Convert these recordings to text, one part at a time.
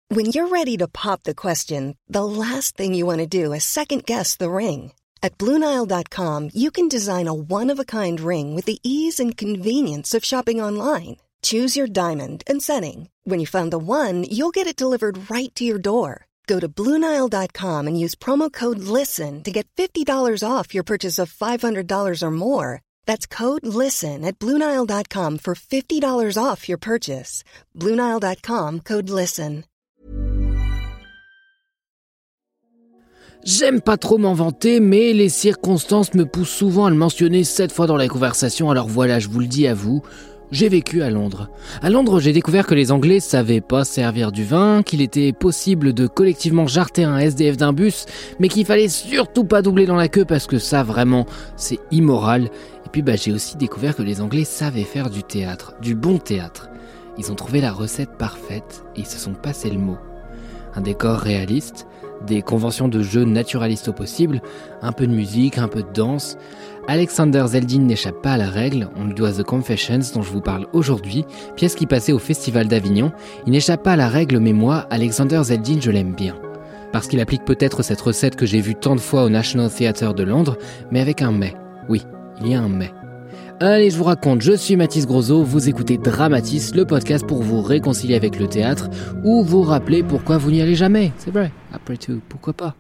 When you're ready to pop the question, the last thing you want to do is second-guess the ring. At BlueNile.com, you can design a one-of-a-kind ring with the ease and convenience of shopping online. Choose your diamond and setting. When you find the one, you'll get it delivered right to your door. Go to BlueNile.com and use promo code LISTEN to get $50 off your purchase of $500 or more. That's code LISTEN at BlueNile.com for $50 off your purchase. BlueNile.com, code LISTEN. J'aime pas trop m'en vanter, mais les circonstances me poussent souvent à le mentionner 7 fois dans la conversation, alors voilà, je vous le dis à vous, j'ai vécu à Londres. À Londres, j'ai découvert que les Anglais savaient pas servir du vin, qu'il était possible de collectivement jarter un SDF d'un bus, mais qu'il fallait surtout pas doubler dans la queue parce que ça, vraiment, c'est immoral. Et puis j'ai aussi découvert que les Anglais savaient faire du théâtre, du bon théâtre. Ils ont trouvé la recette parfaite et ils se sont passé le mot. Un décor réaliste, des conventions de jeu naturalistes au possible, un peu de musique, un peu de danse. Alexander Zeldin n'échappe pas à la règle, on lui doit The Confessions dont je vous parle aujourd'hui, pièce qui passait au Festival d'Avignon. Il n'échappe pas à la règle, mais moi, Alexander Zeldin, je l'aime bien. Parce qu'il applique peut-être cette recette que j'ai vue tant de fois au National Theatre de Londres, mais avec un mais. Oui, il y a un mais. Allez, je vous raconte, je suis Mathis Grosso, vous écoutez Dramatis, le podcast pour vous réconcilier avec le théâtre ou vous rappeler pourquoi vous n'y allez jamais. C'est vrai, après tout, pourquoi pas.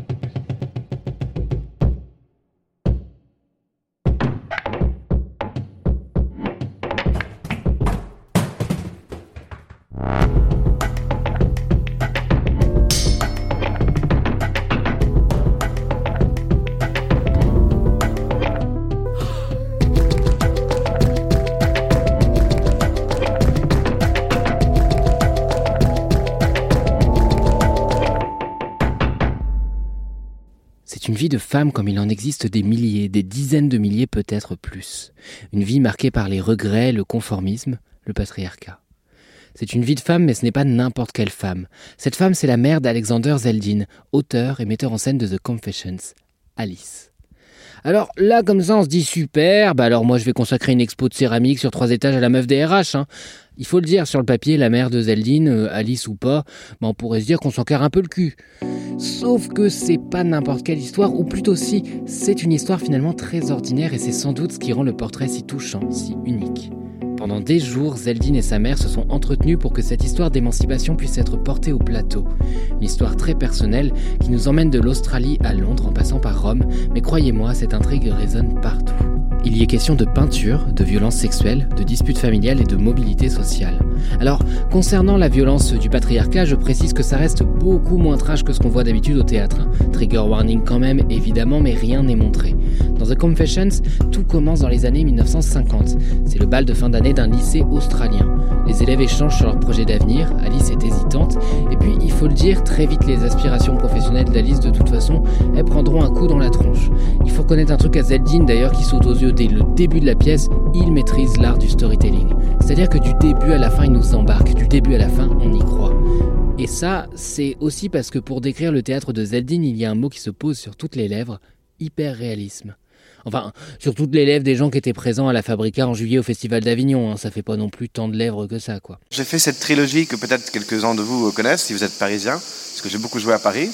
C'est une vie de femme comme il en existe des milliers, des dizaines de milliers, peut-être plus. Une vie marquée par les regrets, le conformisme, le patriarcat. C'est une vie de femme, mais ce n'est pas n'importe quelle femme. Cette femme, c'est la mère d'Alexander Zeldin, auteur et metteur en scène de The Confessions, Alice. Alors là, comme ça, on se dit super, alors moi je vais consacrer une expo de céramique sur 3 étages à la meuf des RH. Il faut le dire, sur le papier, la mère de Zeldin, Alice ou pas, on pourrait se dire qu'on s'en carre un peu le cul. Sauf que c'est pas n'importe quelle histoire, ou plutôt si, c'est une histoire finalement très ordinaire et c'est sans doute ce qui rend le portrait si touchant, si unique. Pendant des jours, Zeldin et sa mère se sont entretenus pour que cette histoire d'émancipation puisse être portée au plateau. Une histoire très personnelle qui nous emmène de l'Australie à Londres en passant par Rome, mais croyez-moi, cette intrigue résonne partout. Il y est question de peinture, de violences sexuelles, de disputes familiales et de mobilité sociale. Alors, concernant la violence du patriarcat, je précise que ça reste beaucoup moins trash que ce qu'on voit d'habitude au théâtre. Trigger warning quand même, évidemment, mais rien n'est montré. Dans The Confessions, tout commence dans les années 1950. C'est le bal de fin d'année d'un lycée australien. Les élèves échangent sur leur projet d'avenir, Alice est hésitante, et puis, il faut le dire, très vite les aspirations professionnelles d'Alice, de toute façon, elles prendront un coup dans la tronche. Il faut connaître un truc à Zeldin d'ailleurs qui saute aux yeux dès le début de la pièce, il maîtrise l'art du storytelling. C'est-à-dire que du début à la fin, il nous embarque, du début à la fin, on y croit. Et ça, c'est aussi parce que pour décrire le théâtre de Zeldin, il y a un mot qui se pose sur toutes les lèvres, hyper-réalisme. Enfin, sur toutes les lèvres des gens qui étaient présents à la Fabrica en juillet au Festival d'Avignon, ça fait pas non plus tant de lèvres que ça, quoi. J'ai fait cette trilogie que peut-être quelques-uns de vous connaissent, si vous êtes parisien, parce que j'ai beaucoup joué à Paris,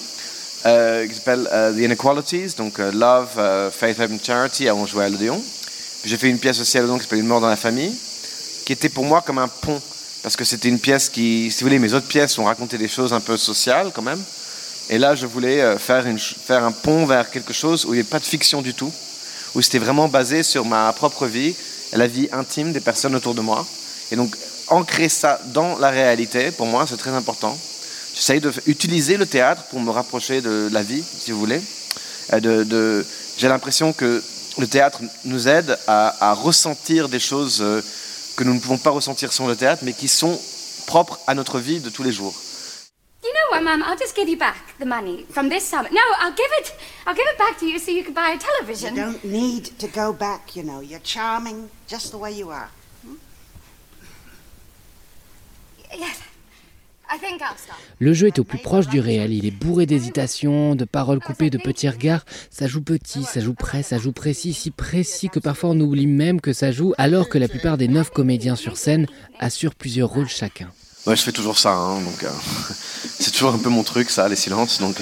qui s'appelle The Inequalities, donc Love, Faith, Hope and Charity, on jouait à l'Odéon. Puis j'ai fait une pièce aussi à l'Odéon qui s'appelle Une mort dans la famille, qui était pour moi comme un pont, parce que c'était une pièce qui, si vous voulez, mes autres pièces ont raconté des choses un peu sociales quand même, et là je voulais faire un pont vers quelque chose où il n'y avait pas de fiction du tout, où c'était vraiment basé sur ma propre vie, et la vie intime des personnes autour de moi, et donc ancrer ça dans la réalité, pour moi c'est très important. J'essaye d'utiliser le théâtre pour me rapprocher de la vie, si vous voulez. J'ai l'impression que le théâtre nous aide à ressentir des choses que nous ne pouvons pas ressentir sans le théâtre, mais qui sont propres à notre vie de tous les jours. You know what, Mum? I'll just give you back the money from this summer. No, I'll give it back to you so you can buy a television. You don't need to go back, you know. You're charming just the way you are. Yes. Le jeu est au plus proche du réel, il est bourré d'hésitations, de paroles coupées, de petits regards. Ça joue petit, ça joue près, ça joue précis, si précis que parfois on oublie même que ça joue, alors que la plupart des 9 comédiens sur scène assurent plusieurs rôles chacun. Ouais, je fais toujours ça, hein, donc c'est toujours un peu mon truc, ça, les silences. Donc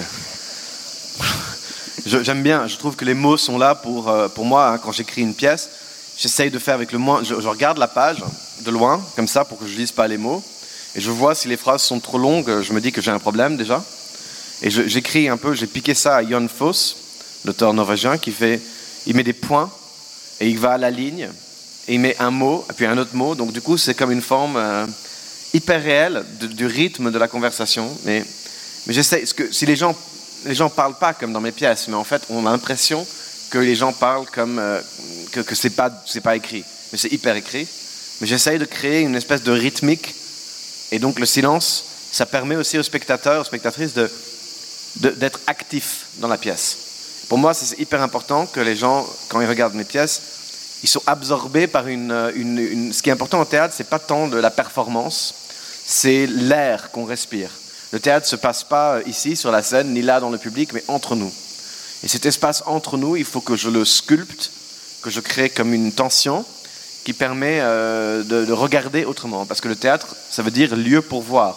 j'aime bien. Je trouve que les mots sont là pour moi. Hein, quand j'écris une pièce, j'essaye de faire avec le moins. Je regarde la page de loin, comme ça, pour que je lise pas les mots, et je vois si les phrases sont trop longues. Je me dis que j'ai un problème déjà, et j'écris un peu. J'ai piqué ça à Jon Fosse, l'auteur norvégien, il met des points et il va à la ligne et il met un mot et puis un autre mot. Donc du coup, c'est comme une forme hyper réel du rythme de la conversation, mais j'essaie, parce que si les gens parlent pas comme dans mes pièces, mais en fait on a l'impression que les gens parlent comme que c'est pas écrit, mais c'est hyper écrit. Mais j'essaie de créer une espèce de rythmique, et donc le silence, ça permet aussi aux spectateurs, aux spectatrices d'être actifs dans la pièce. Pour moi, c'est hyper important que les gens, quand ils regardent mes pièces, ils sont absorbés par ce qui est important au théâtre, c'est pas tant de la performance, c'est l'air qu'on respire. Le théâtre se passe pas ici sur la scène, ni là dans le public, mais entre nous. Et cet espace entre nous, il faut que je le sculpte, que je crée comme une tension qui permet de regarder autrement. Parce que le théâtre, ça veut dire lieu pour voir.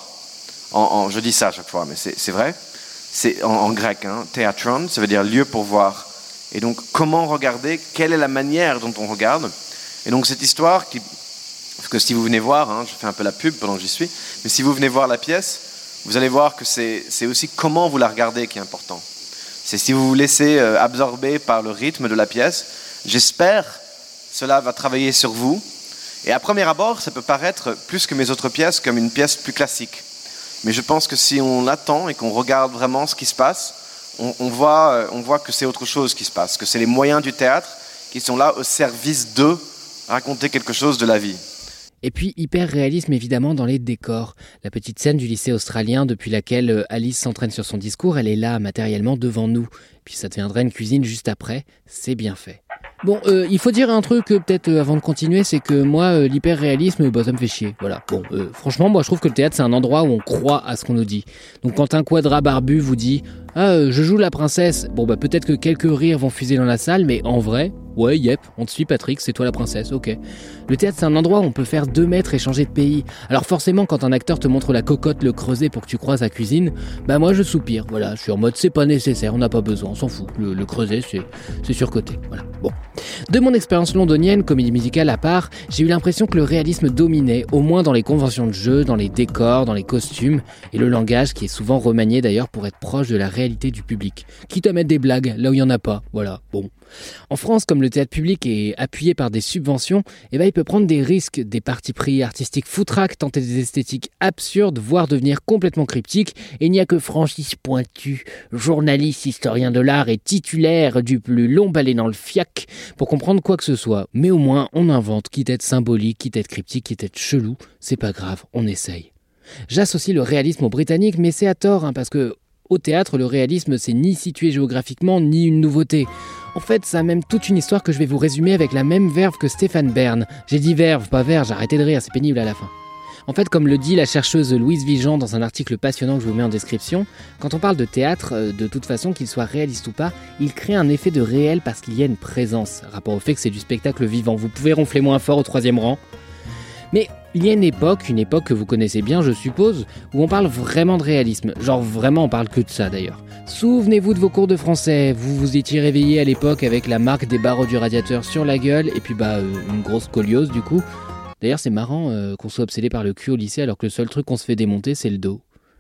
Je dis ça à chaque fois, mais c'est vrai. C'est en grec, hein, théatron, ça veut dire lieu pour voir. Et donc, comment regarder? Quelle est la manière dont on regarde? Et donc, cette histoire parce que si vous venez voir, hein, je fais un peu la pub pendant que j'y suis, mais si vous venez voir la pièce, vous allez voir que c'est aussi comment vous la regardez qui est important. C'est si vous vous laissez absorber par le rythme de la pièce. J'espère cela va travailler sur vous. Et à premier abord, ça peut paraître plus que mes autres pièces comme une pièce plus classique. Mais je pense que si on attend et qu'on regarde vraiment ce qui se passe, on voit que c'est autre chose qui se passe, que c'est les moyens du théâtre qui sont là au service de raconter quelque chose de la vie. Et puis hyper réalisme évidemment dans les décors. La petite scène du lycée australien depuis laquelle Alice s'entraîne sur son discours, elle est là matériellement devant nous. Puis ça deviendrait une cuisine juste après, c'est bien fait. Bon, il faut dire un truc peut-être avant de continuer, c'est que moi, l'hyper-réalisme, ça me fait chier. Voilà. Bon, franchement, moi je trouve que le théâtre c'est un endroit où on croit à ce qu'on nous dit. Donc quand un quadra barbu vous dit « Ah, je joue la princesse », bon peut-être que quelques rires vont fuser dans la salle, mais en vrai, ouais, yep, on te suit Patrick, c'est toi la princesse, ok. Le théâtre c'est un endroit où on peut faire 2 mètres et changer de pays. Alors forcément, quand un acteur te montre la cocotte, le creuset pour que tu croises la cuisine, moi je soupire, voilà, je suis en mode c'est pas nécessaire, on n'a pas besoin, on s'en fout. Le creuset c'est surcoté, voilà, bon. De mon expérience londonienne, comédie musicale à part, j'ai eu l'impression que le réalisme dominait, au moins dans les conventions de jeu, dans les décors, dans les costumes, et le langage qui est souvent remanié d'ailleurs pour être proche de la réalité du public. Quitte à mettre des blagues là où il n'y en a pas, voilà, bon. En France, comme le théâtre public est appuyé par des subventions, il peut prendre des risques, des partis pris artistiques foutraques, tenter des esthétiques absurdes, voire devenir complètement cryptiques. Et il n'y a que Francis Pointu, journaliste, historien de l'art et titulaire du plus long balai dans le fiac, pour comprendre quoi que ce soit. Mais au moins, on invente, quitte à être symbolique, quitte à être cryptique, quitte à être chelou. C'est pas grave, on essaye. J'associe le réalisme au britannique, mais c'est à tort, parce que au théâtre, le réalisme, c'est ni situé géographiquement, ni une nouveauté. En fait, ça a même toute une histoire que je vais vous résumer avec la même verve que Stéphane Bern. J'ai dit verve, pas verge, arrêtez de rire, c'est pénible à la fin. En fait, comme le dit la chercheuse Louise Vigeant dans un article passionnant que je vous mets en description, quand on parle de théâtre, de toute façon, qu'il soit réaliste ou pas, il crée un effet de réel parce qu'il y a une présence, rapport au fait que c'est du spectacle vivant. Vous pouvez ronfler moins fort au 3e rang. Mais il y a une époque que vous connaissez bien, je suppose, où on parle vraiment de réalisme. Genre vraiment, on parle que de ça d'ailleurs. Souvenez-vous de vos cours de français, vous vous étiez réveillé à l'époque avec la marque des barreaux du radiateur sur la gueule, et puis une grosse scoliose du coup. D'ailleurs c'est marrant qu'on soit obsédé par le cul au lycée alors que le seul truc qu'on se fait démonter c'est le dos.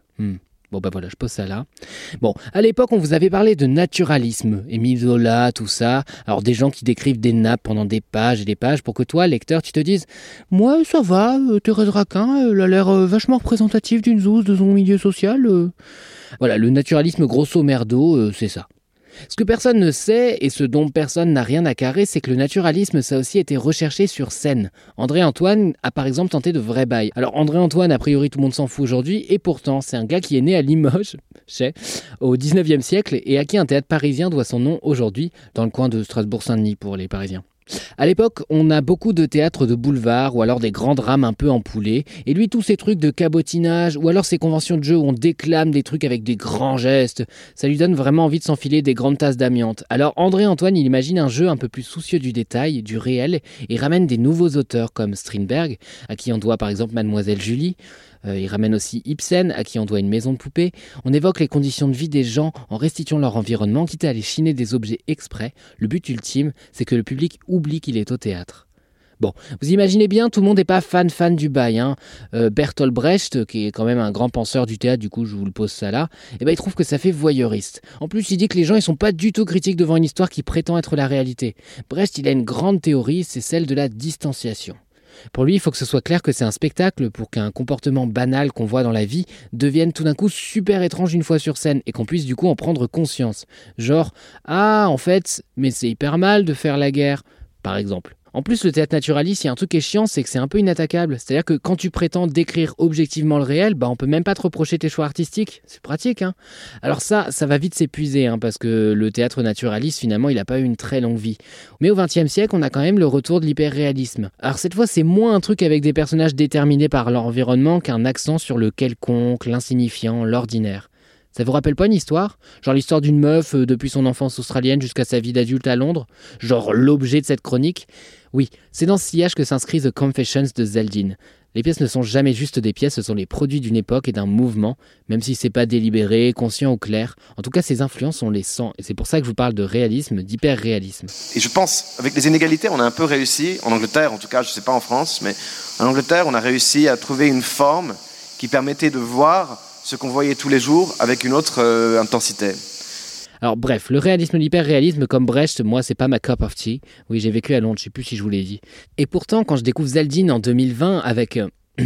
Bon voilà, je pose ça là. Bon, à l'époque on vous avait parlé de naturalisme, Émile Zola, tout ça. Alors des gens qui décrivent des nappes pendant des pages et des pages pour que toi, lecteur, tu te dises « Moi ça va, Thérèse Raquin, elle a l'air vachement représentative d'une zouze de son milieu social. » Voilà, le naturalisme grosso merdo, c'est ça. Ce que personne ne sait, et ce dont personne n'a rien à carrer, c'est que le naturalisme, ça a aussi été recherché sur scène. André-Antoine a par exemple tenté de vrais bails. Alors André-Antoine, a priori tout le monde s'en fout aujourd'hui, et pourtant c'est un gars qui est né à Limoges, au 19e siècle, et à qui un théâtre parisien doit son nom aujourd'hui, dans le coin de Strasbourg-Saint-Denis pour les Parisiens. À l'époque, on a beaucoup de théâtres de boulevard ou alors des grandes rames un peu empoulées. Et lui, tous ces trucs de cabotinage ou alors ces conventions de jeu où on déclame des trucs avec des grands gestes, ça lui donne vraiment envie de s'enfiler des grandes tasses d'amiante. Alors André-Antoine, il imagine un jeu un peu plus soucieux du détail, du réel, et ramène des nouveaux auteurs comme Strindberg, à qui on doit par exemple Mademoiselle Julie, Il ramène aussi Ibsen, à qui on doit une maison de poupée. On évoque les conditions de vie des gens en restituant leur environnement, quitte à aller chiner des objets exprès. Le but ultime, c'est que le public oublie qu'il est au théâtre. Bon, vous imaginez bien, tout le monde n'est pas fan du bail. Bertolt Brecht, qui est quand même un grand penseur du théâtre, du coup je vous le pose ça là, il trouve que ça fait voyeuriste. En plus, il dit que les gens ils sont pas du tout critiques devant une histoire qui prétend être la réalité. Brecht, il a une grande théorie, c'est celle de la distanciation. Pour lui, il faut que ce soit clair que c'est un spectacle pour qu'un comportement banal qu'on voit dans la vie devienne tout d'un coup super étrange une fois sur scène et qu'on puisse du coup en prendre conscience. Genre, ah en fait, mais c'est hyper mal de faire la guerre, par exemple. En plus, le théâtre naturaliste, il y a un truc qui est chiant, c'est que c'est un peu inattaquable. C'est-à-dire que quand tu prétends décrire objectivement le réel, on peut même pas te reprocher tes choix artistiques. C'est pratique, hein. Alors ça va vite s'épuiser, parce que le théâtre naturaliste, finalement, il a pas eu une très longue vie. Mais au XXe siècle, on a quand même le retour de l'hyper-réalisme. Alors cette fois, c'est moins un truc avec des personnages déterminés par leur environnement qu'un accent sur le quelconque, l'insignifiant, l'ordinaire. Ça vous rappelle pas une histoire ? Genre l'histoire d'une meuf depuis son enfance australienne jusqu'à sa vie d'adulte à Londres ? Genre l'objet de cette chronique ? Oui, c'est dans ce sillage que s'inscrit The Confessions de Zeldin. Les pièces ne sont jamais juste des pièces, ce sont les produits d'une époque et d'un mouvement, même si c'est pas délibéré, conscient ou clair. En tout cas, ces influences, on les sent, et c'est pour ça que je vous parle de réalisme, d'hyper-réalisme. Et je pense, avec les inégalités, on a un peu réussi, en Angleterre en tout cas, je sais pas en France, mais en Angleterre, on a réussi à trouver une forme qui permettait de voir ce qu'on voyait tous les jours avec une autre intensité. Alors bref, le réalisme, l'hyper-réalisme comme Brecht, moi c'est pas ma cup of tea. Oui, j'ai vécu à Londres, je sais plus si je vous l'ai dit. Et pourtant, quand je découvre Zeldin en 2020 avec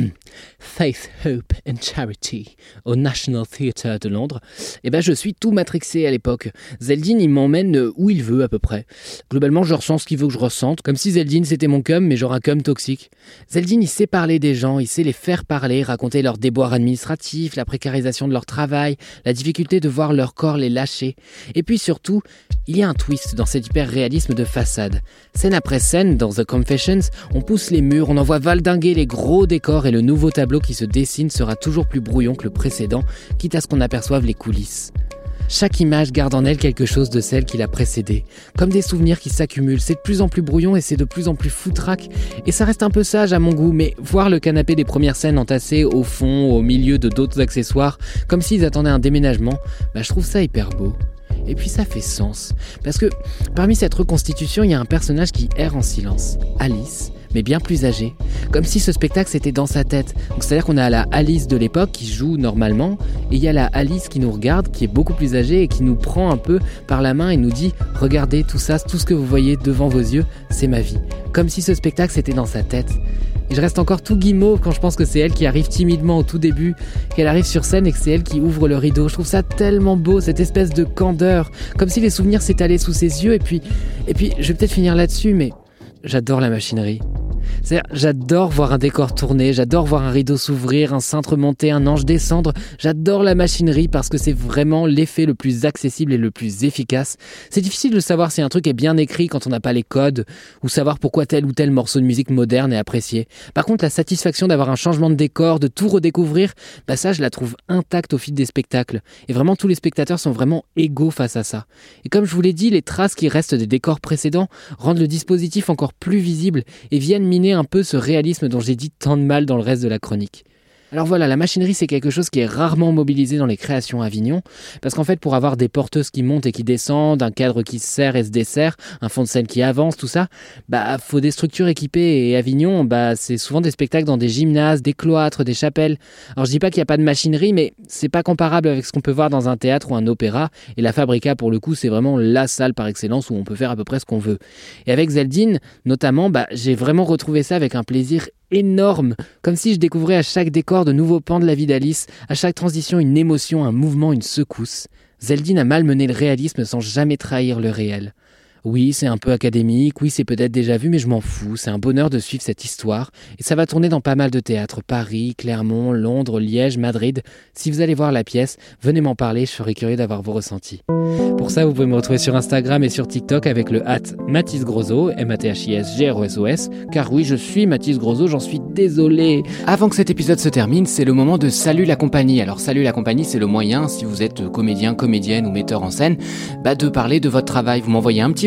Faith, Hope and Charity au National Theatre de Londres, je suis tout matrixé à l'époque. Zeldin, il m'emmène où il veut à peu près. Globalement, je ressens ce qu'il veut que je ressente, comme si Zeldin c'était mon cum, mais genre un cum toxique. Zeldin, il sait parler des gens, il sait les faire parler, raconter leurs déboires administratifs, la précarisation de leur travail, la difficulté de voir leur corps les lâcher. Et puis surtout, il y a un twist dans cet hyper-réalisme de façade. Scène après scène, dans The Confessions, on pousse les murs, on envoie valdinguer les gros décors et le nouveau tableau qui se dessine sera toujours plus brouillon que le précédent, quitte à ce qu'on aperçoive les coulisses. Chaque image garde en elle quelque chose de celle qui l'a précédée, comme des souvenirs qui s'accumulent. C'est de plus en plus brouillon et c'est de plus en plus foutraque. Et ça reste un peu sage à mon goût, mais voir le canapé des premières scènes entassé au fond, au milieu de d'autres accessoires, comme s'ils attendaient un déménagement, je trouve ça hyper beau. Et puis ça fait sens, parce que parmi cette reconstitution, il y a un personnage qui erre en silence, Alice, mais bien plus âgée, comme si ce spectacle c'était dans sa tête. Donc c'est-à-dire qu'on a la Alice de l'époque qui joue normalement, et il y a la Alice qui nous regarde, qui est beaucoup plus âgée et qui nous prend un peu par la main et nous dit « Regardez tout ça, tout ce que vous voyez devant vos yeux, c'est ma vie ». Comme si ce spectacle c'était dans sa tête. Et je reste encore tout guimauve quand je pense que c'est elle qui arrive timidement au tout début, qu'elle arrive sur scène et que c'est elle qui ouvre le rideau. Je trouve ça tellement beau, cette espèce de candeur, comme si les souvenirs s'étalaient sous ses yeux. Et puis, je vais peut-être finir là-dessus, mais j'adore la machinerie. C'est-à-dire, j'adore voir un décor tourner, j'adore voir un rideau s'ouvrir, un cintre monter, un ange descendre. J'adore la machinerie parce que c'est vraiment l'effet le plus accessible et le plus efficace. C'est difficile de savoir si un truc est bien écrit quand on n'a pas les codes, ou savoir pourquoi tel ou tel morceau de musique moderne est apprécié. Par contre, la satisfaction d'avoir un changement de décor, de tout redécouvrir, ça je la trouve intacte au fil des spectacles. Et vraiment, tous les spectateurs sont vraiment égaux face à ça. Et comme je vous l'ai dit, les traces qui restent des décors précédents rendent le dispositif encore plus visible et viennent miner un peu ce réalisme dont j'ai dit tant de mal dans le reste de la chronique. Alors voilà, la machinerie c'est quelque chose qui est rarement mobilisé dans les créations à Avignon, parce qu'en fait pour avoir des porteuses qui montent et qui descendent, un cadre qui se serre et se desserre, un fond de scène qui avance, tout ça, faut des structures équipées, et Avignon, c'est souvent des spectacles dans des gymnases, des cloîtres, des chapelles. Alors je dis pas qu'il n'y a pas de machinerie, mais c'est pas comparable avec ce qu'on peut voir dans un théâtre ou un opéra, et la Fabrica pour le coup c'est vraiment la salle par excellence où on peut faire à peu près ce qu'on veut. Et avec Zeldin, notamment, j'ai vraiment retrouvé ça avec un plaisir énorme, comme si je découvrais à chaque décor de nouveaux pans de la vie d'Alice, à chaque transition une émotion, un mouvement, une secousse. Zeldin a malmené le réalisme sans jamais trahir le réel. Oui, c'est un peu académique, oui, c'est peut-être déjà vu, mais je m'en fous. C'est un bonheur de suivre cette histoire. Et ça va tourner dans pas mal de théâtres. Paris, Clermont, Londres, Liège, Madrid. Si vous allez voir la pièce, venez m'en parler, je serais curieux d'avoir vos ressentis. Pour ça, vous pouvez me retrouver sur Instagram et sur TikTok avec le @MathysGrosso, MATHISGROSOS, car oui, je suis Mathys Grosso, j'en suis désolé. Avant que cet épisode se termine, c'est le moment de Salut la compagnie. Alors Salut la compagnie, c'est le moyen, si vous êtes comédien, comédienne ou metteur en scène, de parler de votre travail. Vous m'envoyez un petit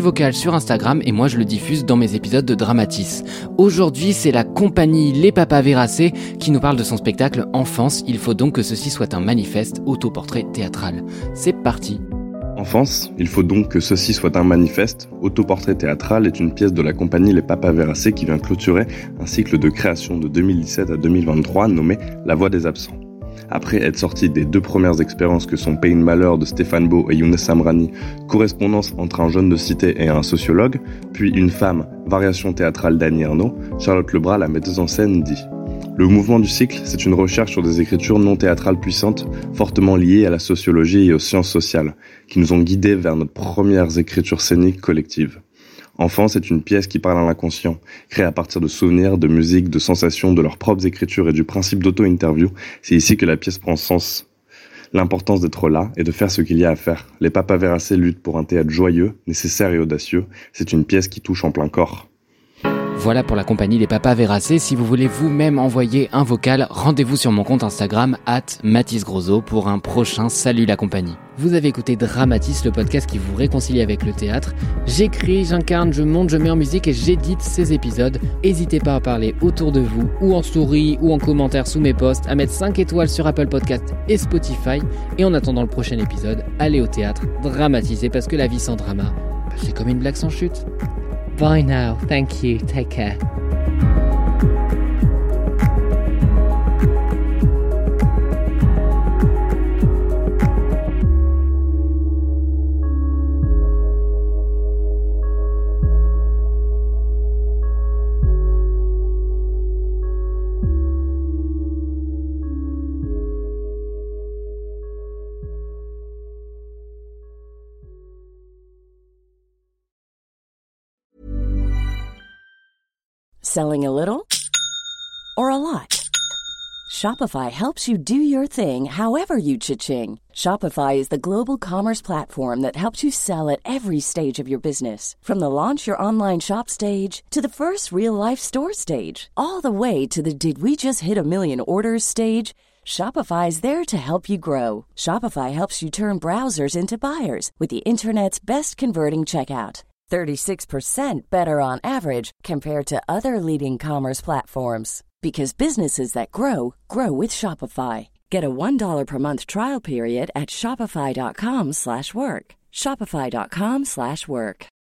vocal sur Instagram et moi je le diffuse dans mes épisodes de Dramatis. Aujourd'hui, c'est la compagnie Les Papas Veracé qui nous parle de son spectacle Enfance. Il faut donc que ceci soit un manifeste autoportrait théâtral. C'est parti. Enfance, il faut donc que ceci soit un manifeste. Autoportrait théâtral est une pièce de la compagnie Les Papas Veracé qui vient clôturer un cycle de création de 2017 à 2023 nommé La Voix des Absents. Après être sorti des 2 premières expériences que sont Pain Malheur de Stéphane Beau et Younes Samrani, correspondance entre un jeune de cité et un sociologue, puis Une femme, variation théâtrale d'Annie Ernaux, Charlotte Lebras, la metteuse en scène, dit: le mouvement du cycle, c'est une recherche sur des écritures non théâtrales puissantes, fortement liées à la sociologie et aux sciences sociales, qui nous ont guidés vers nos premières écritures scéniques collectives. Enfance est une pièce qui parle à l'inconscient, créée à partir de souvenirs, de musique, de sensations, de leurs propres écritures et du principe d'auto-interview. C'est ici que la pièce prend sens. L'importance d'être là et de faire ce qu'il y a à faire. Les Papas Veracé luttent pour un théâtre joyeux, nécessaire et audacieux. C'est une pièce qui touche en plein corps. Voilà pour la compagnie Les Papas Veracé. Si vous voulez vous-même envoyer un vocal, rendez-vous sur mon compte Instagram @MathysGrosso pour un prochain Salut la compagnie. Vous avez écouté Dramatis, le podcast qui vous réconcilie avec le théâtre. J'écris, j'incarne, je monte, je mets en musique et j'édite ces épisodes. N'hésitez pas à parler autour de vous, ou en story, ou en commentaire sous mes posts, à mettre 5 étoiles sur Apple Podcast et Spotify. Et en attendant le prochain épisode, allez au théâtre, dramatisez parce que la vie sans drama, c'est comme une blague sans chute. Bye now. Thank you. Take care. Selling a little or a lot? Shopify helps you do your thing however you cha-ching. Shopify is the global commerce platform that helps you sell at every stage of your business. From the launch your online shop stage to the first real-life store stage, all the way to the did we just hit a million orders stage. Shopify is there to help you grow. Shopify helps you turn browsers into buyers with the internet's best converting checkout. 36% better on average compared to other leading commerce platforms. Because businesses that grow, grow with Shopify. Get a $1 per month trial period at shopify.com/work. Shopify.com/work.